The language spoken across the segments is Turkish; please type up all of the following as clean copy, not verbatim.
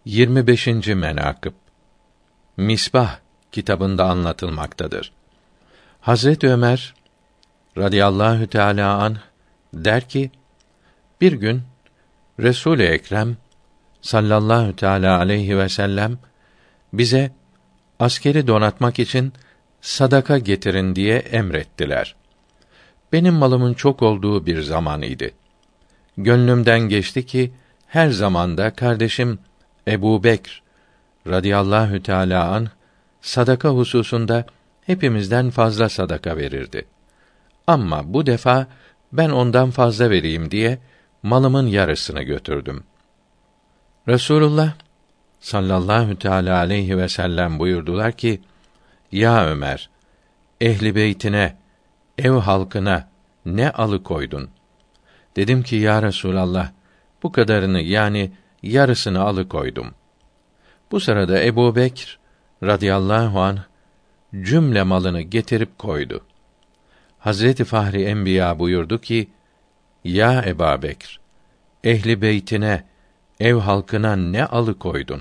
25. menakıb Misbah kitabında anlatılmaktadır. Hazreti Ömer radıyallahu teâlâ anh der ki, bir gün Resul-i Ekrem sallallahu teâlâ aleyhi ve sellem bize askeri donatmak için sadaka getirin diye emrettiler. Benim malımın çok olduğu bir zaman idi. Gönlümden geçti ki her zamanda kardeşim Ebubekr radıyallahu teâlâ anh sadaka hususunda hepimizden fazla sadaka verirdi. Ama bu defa ben ondan fazla vereyim diye malımın yarısını götürdüm. Resulullah sallallahu teâlâ aleyhi ve sellem buyurdular ki, ya Ömer, ehli beytine, ev halkına ne alıkoydun? Dedim ki, ya Resulallah, bu kadarını, yani yarısını alıkoydum. Bu sırada Ebubekr radıyallahu anh cümle malını getirip koydu. Hazreti Fahri Enbiya buyurdu ki, ya Ebubekr, ehli beytine, ev halkına ne alıkoydun?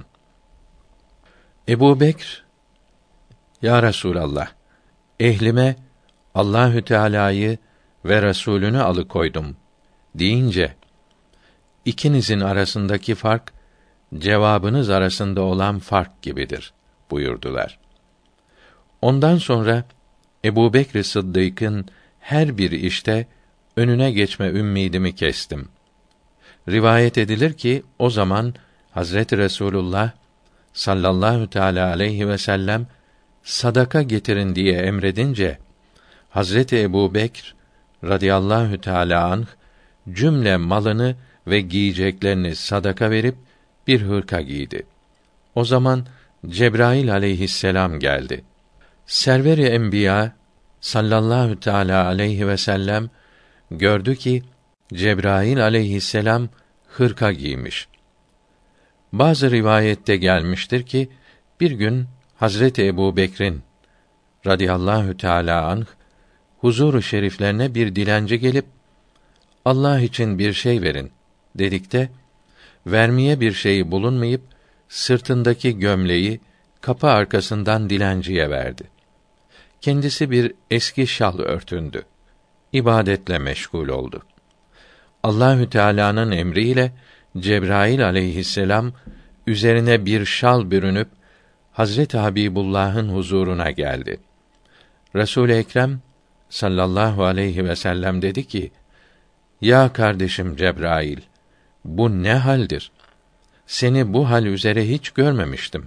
Ebubekr, ya Resulallah, ehlime Allahü Teala'yı ve Resulünü alıkoydum deyince, ikinizin arasındaki fark cevabınız arasında olan fark gibidir buyurdular. Ondan sonra Ebubekr Sıddık'ın her bir işte önüne geçme ümmidimi kestim. Rivayet edilir ki o zaman Hazreti Resulullah sallallahu teâlâ aleyhi ve sellem sadaka getirin diye emredince Hazreti Ebubekr radıyallahu teâlâ anh cümle malını ve giyeceklerini sadaka verip bir hırka giydi. O zaman Cebrail aleyhisselam geldi. Server-i Enbiya sallallahu teâlâ aleyhi ve sellem gördü ki Cebrail aleyhisselam hırka giymiş. Bazı rivayette gelmiştir ki bir gün Hazreti Ebubekir'in radıyallahu teâlâ anh huzur-u şeriflerine bir dilenci gelip Allah için bir şey verin dedikte vermeye bir şey bulunmayıp sırtındaki gömleği kapı arkasından dilenciye verdi. Kendisi bir eski şal örtündü. İbadetle meşgul oldu. Allahü Teala'nın emriyle Cebrail aleyhisselam üzerine bir şal bürünüp Hazreti Habibullah'ın huzuruna geldi. Resul-i Ekrem sallallahu aleyhi ve sellem dedi ki, ya kardeşim Cebrail, bu ne haldir? Seni bu hal üzere hiç görmemiştim.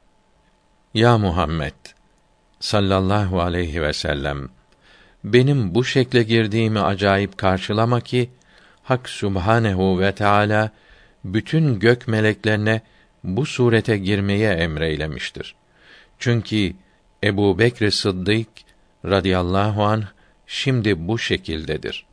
Ya Muhammed sallallahu aleyhi ve sellem, benim bu şekle girdiğimi acayip karşılama ki Hak Sübhanehu ve Teala bütün gök meleklerine bu surete girmeye emreylemiştir. Çünkü Ebubekr Sıddık radıyallahu anh şimdi bu şekildedir.